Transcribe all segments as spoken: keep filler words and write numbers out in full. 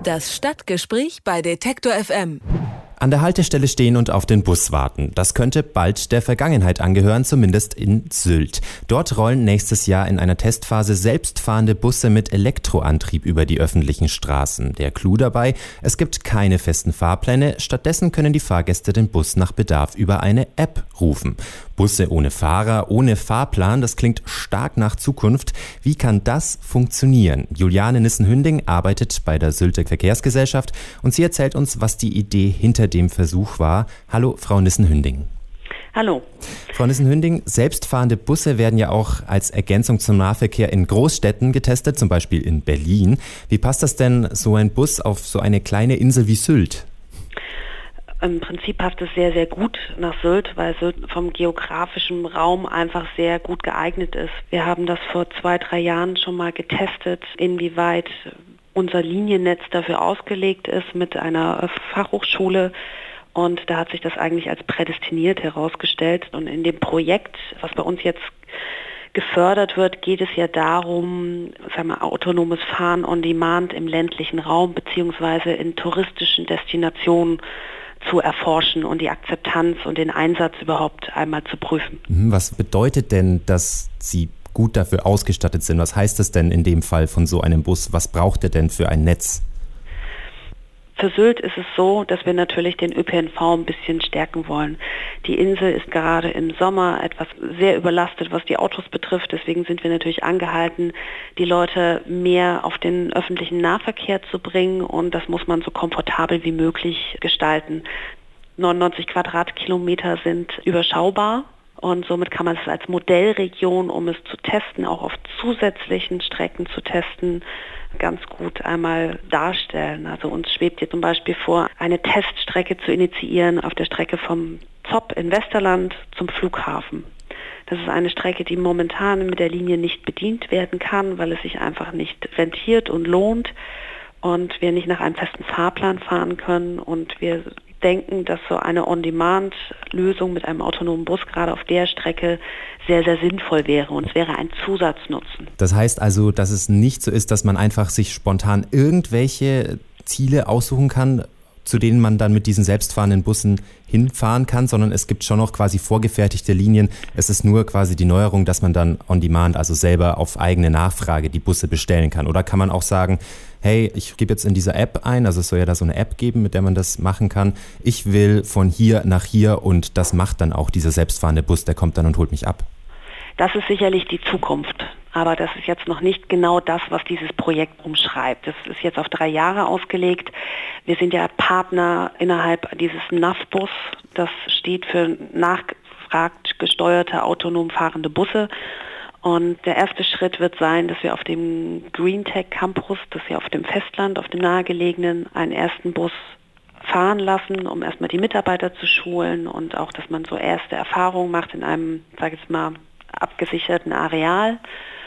Das Stadtgespräch bei Detektor F M. An der Haltestelle stehen und auf den Bus warten. Das könnte bald der Vergangenheit angehören, zumindest in Sylt. Dort rollen nächstes Jahr in einer Testphase selbstfahrende Busse mit Elektroantrieb über die öffentlichen Straßen. Der Clou dabei: Es gibt keine festen Fahrpläne. Stattdessen können die Fahrgäste den Bus nach Bedarf über eine App rufen. Busse ohne Fahrer, ohne Fahrplan, das klingt stark nach Zukunft. Wie kann das funktionieren? Juliane Nissen-Hünding arbeitet bei der Sylter Verkehrsgesellschaft und sie erzählt uns, was die Idee hinter dem Versuch war. Hallo, Frau Nissen-Hünding. Hallo. Frau Nissen-Hünding, selbstfahrende Busse werden ja auch als Ergänzung zum Nahverkehr in Großstädten getestet, zum Beispiel in Berlin. Wie passt das denn, so ein Bus, auf so eine kleine Insel wie Sylt? Im Prinzip passt es sehr, sehr gut nach Sylt, weil Sylt vom geografischen Raum einfach sehr gut geeignet ist. Wir haben das vor zwei, drei Jahren schon mal getestet, inwieweit unser Liniennetz dafür ausgelegt ist mit einer Fachhochschule. Und da hat sich das eigentlich als prädestiniert herausgestellt. Und in dem Projekt, was bei uns jetzt gefördert wird, geht es ja darum, sagen wir, autonomes Fahren on Demand im ländlichen Raum beziehungsweise in touristischen Destinationen zu erforschen und die Akzeptanz und den Einsatz überhaupt einmal zu prüfen. Was bedeutet denn, dass Sie gut dafür ausgestattet sind? Was heißt das denn in dem Fall von so einem Bus? Was braucht er denn für ein Netz? Für Sylt ist es so, dass wir natürlich den Ö P N V ein bisschen stärken wollen. Die Insel ist gerade im Sommer etwas sehr überlastet, was die Autos betrifft. Deswegen sind wir natürlich angehalten, die Leute mehr auf den öffentlichen Nahverkehr zu bringen. Und das muss man so komfortabel wie möglich gestalten. neunundneunzig Quadratkilometer sind überschaubar. Und somit kann man es als Modellregion, um es zu testen, auch auf zusätzlichen Strecken zu testen, ganz gut einmal darstellen. Also uns schwebt hier zum Beispiel vor, eine Teststrecke zu initiieren auf der Strecke vom Zopp in Westerland zum Flughafen. Das ist eine Strecke, die momentan mit der Linie nicht bedient werden kann, weil es sich einfach nicht rentiert und lohnt und wir nicht nach einem festen Fahrplan fahren können. Und wir denken, dass so eine On-Demand-Lösung mit einem autonomen Bus gerade auf der Strecke sehr, sehr sinnvoll wäre und es wäre ein Zusatznutzen. Das heißt also, dass es nicht so ist, dass man einfach sich spontan irgendwelche Ziele aussuchen kann, zu denen man dann mit diesen selbstfahrenden Bussen hinfahren kann, sondern es gibt schon noch quasi vorgefertigte Linien. Es ist nur quasi die Neuerung, dass man dann on demand, also selber auf eigene Nachfrage die Busse bestellen kann. Oder kann man auch sagen, hey, ich gebe jetzt in dieser App ein, also es soll ja da so eine App geben, mit der man das machen kann. Ich will von hier nach hier und das macht dann auch dieser selbstfahrende Bus, der kommt dann und holt mich ab. Das ist sicherlich die Zukunft, aber das ist jetzt noch nicht genau das, was dieses Projekt umschreibt. Das ist jetzt auf drei Jahre ausgelegt. Wir sind ja Partner innerhalb dieses N A V-Bus, das steht für nachgefragt gesteuerte autonom fahrende Busse. Und der erste Schritt wird sein, dass wir auf dem Green Tech Campus, das ist ja auf dem Festland, auf dem nahegelegenen, einen ersten Bus fahren lassen, um erstmal die Mitarbeiter zu schulen und auch, dass man so erste Erfahrungen macht in einem, sage ich jetzt mal, abgesicherten Areal.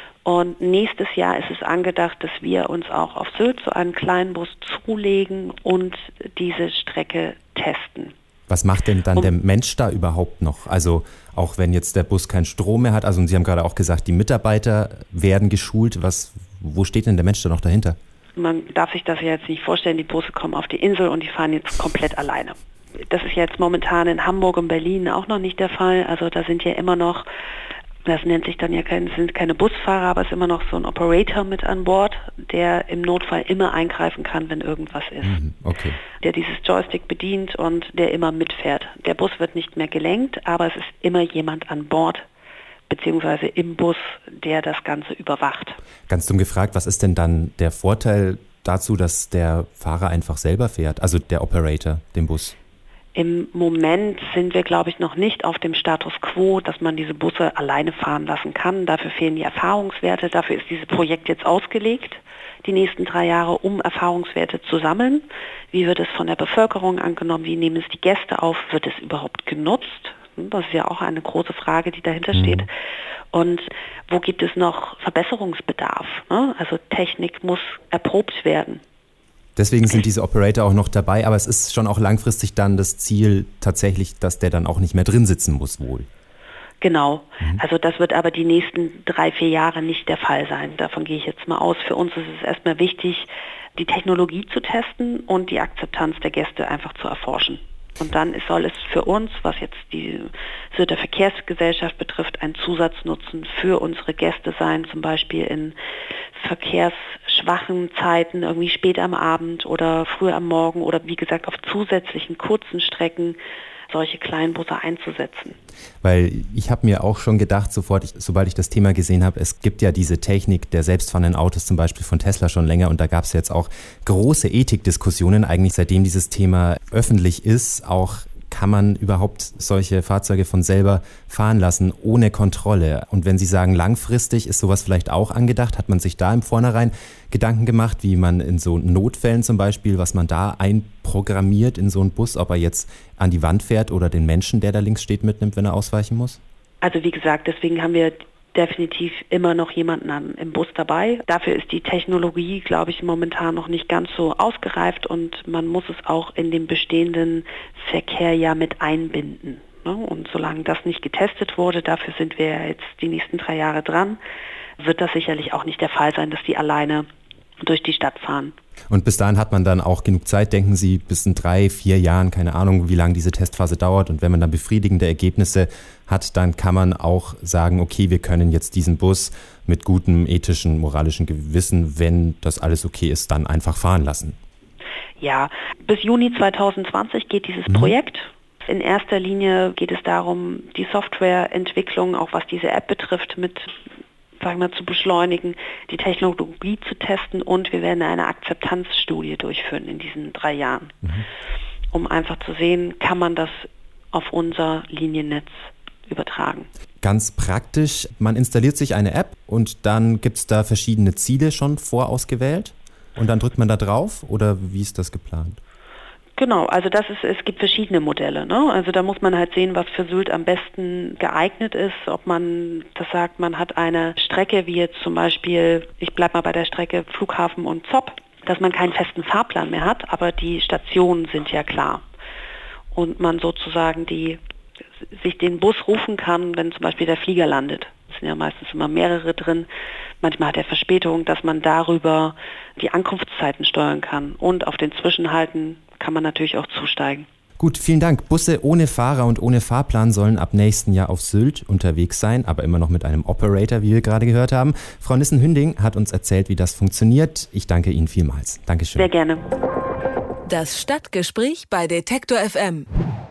Und nächstes Jahr ist es angedacht, dass wir uns auch auf Sylt so einen kleinen Bus zulegen und diese Strecke testen. Was macht denn dann um, der Mensch da überhaupt noch? Also auch wenn jetzt der Bus keinen Strom mehr hat, also und Sie haben gerade auch gesagt, die Mitarbeiter werden geschult. Was, wo steht denn der Mensch da noch dahinter? Man darf sich das ja jetzt nicht vorstellen, die Busse kommen auf die Insel und die fahren jetzt komplett alleine. Das ist jetzt momentan in Hamburg und Berlin auch noch nicht der Fall. Also da sind ja immer noch, das nennt sich dann ja kein, sind keine Busfahrer, aber es ist immer noch so ein Operator mit an Bord, der im Notfall immer eingreifen kann, wenn irgendwas ist. Okay. Der dieses Joystick bedient und der immer mitfährt. Der Bus wird nicht mehr gelenkt, aber es ist immer jemand an Bord, beziehungsweise im Bus, der das Ganze überwacht. Ganz dumm gefragt, was ist denn dann der Vorteil dazu, dass der Fahrer einfach selber fährt, also der Operator, den Bus? Im Moment sind wir, glaube ich, noch nicht auf dem Status quo, dass man diese Busse alleine fahren lassen kann. Dafür fehlen die Erfahrungswerte. Dafür ist dieses Projekt jetzt ausgelegt, die nächsten drei Jahre, um Erfahrungswerte zu sammeln. Wie wird es von der Bevölkerung angenommen? Wie nehmen es die Gäste auf? Wird es überhaupt genutzt? Das ist ja auch eine große Frage, die dahinter mhm. steht. Und wo gibt es noch Verbesserungsbedarf? Also Technik muss erprobt werden. Deswegen sind diese Operator auch noch dabei, aber es ist schon auch langfristig dann das Ziel tatsächlich, dass der dann auch nicht mehr drin sitzen muss wohl. Genau, mhm. also das wird aber die nächsten drei, vier Jahre nicht der Fall sein. Davon gehe ich jetzt mal aus. Für uns ist es erstmal wichtig, die Technologie zu testen und die Akzeptanz der Gäste einfach zu erforschen. Und dann soll es für uns, was jetzt die Sylter Verkehrsgesellschaft betrifft, ein Zusatznutzen für unsere Gäste sein, zum Beispiel in verkehrsschwachen Zeiten, irgendwie spät am Abend oder früh am Morgen oder wie gesagt auf zusätzlichen kurzen Strecken solche Kleinbusse einzusetzen. Weil ich habe mir auch schon gedacht, sofort, ich, sobald ich das Thema gesehen habe, es gibt ja diese Technik der selbstfahrenden Autos zum Beispiel von Tesla schon länger und da gab es jetzt auch große Ethikdiskussionen, eigentlich seitdem dieses Thema öffentlich ist, auch kann man überhaupt solche Fahrzeuge von selber fahren lassen, ohne Kontrolle? Und wenn Sie sagen, langfristig ist sowas vielleicht auch angedacht, hat man sich da im Vornherein Gedanken gemacht, wie man in so Notfällen zum Beispiel, was man da einprogrammiert in so einen Bus, ob er jetzt an die Wand fährt oder den Menschen, der da links steht, mitnimmt, wenn er ausweichen muss? Also wie gesagt, deswegen haben wir definitiv immer noch jemanden am, im Bus dabei. Dafür ist die Technologie, glaube ich, momentan noch nicht ganz so ausgereift und man muss es auch in den bestehenden Verkehr ja mit einbinden. Ne? Und solange das nicht getestet wurde, dafür sind wir jetzt die nächsten drei Jahre dran, wird das sicherlich auch nicht der Fall sein, dass die alleine durch die Stadt fahren. Und bis dahin hat man dann auch genug Zeit, denken Sie, bis in drei, vier Jahren, keine Ahnung, wie lange diese Testphase dauert. Und wenn man dann befriedigende Ergebnisse hat, dann kann man auch sagen, okay, wir können jetzt diesen Bus mit gutem ethischen, moralischen Gewissen, wenn das alles okay ist, dann einfach fahren lassen. Ja, bis Juni zwanzig zwanzig geht dieses mhm. Projekt. In erster Linie geht es darum, die Softwareentwicklung, auch was diese App betrifft, mit sagen wir, zu beschleunigen, die Technologie zu testen und wir werden eine Akzeptanzstudie durchführen in diesen drei Jahren, mhm. um einfach zu sehen, kann man das auf unser Liniennetz übertragen. Ganz praktisch, man installiert sich eine App und dann gibt es da verschiedene Ziele schon vorausgewählt und dann drückt man da drauf oder wie ist das geplant? Genau, also das ist, es gibt verschiedene Modelle, ne? Also da muss man halt sehen, was für Sylt am besten geeignet ist, ob man das sagt, man hat eine Strecke, wie jetzt zum Beispiel, ich bleibe mal bei der Strecke Flughafen und Zopp, dass man keinen festen Fahrplan mehr hat, aber die Stationen sind ja klar. Und man sozusagen die, sich den Bus rufen kann, wenn zum Beispiel der Flieger landet. Es sind ja meistens immer mehrere drin. Manchmal hat er Verspätung, dass man darüber die Ankunftszeiten steuern kann. Und auf den Zwischenhalten kann man natürlich auch zusteigen. Gut, vielen Dank. Busse ohne Fahrer und ohne Fahrplan sollen ab nächsten Jahr auf Sylt unterwegs sein, aber immer noch mit einem Operator, wie wir gerade gehört haben. Frau Nissen-Hünding hat uns erzählt, wie das funktioniert. Ich danke Ihnen vielmals. Dankeschön. Sehr gerne. Das Stadtgespräch bei Detektor F M.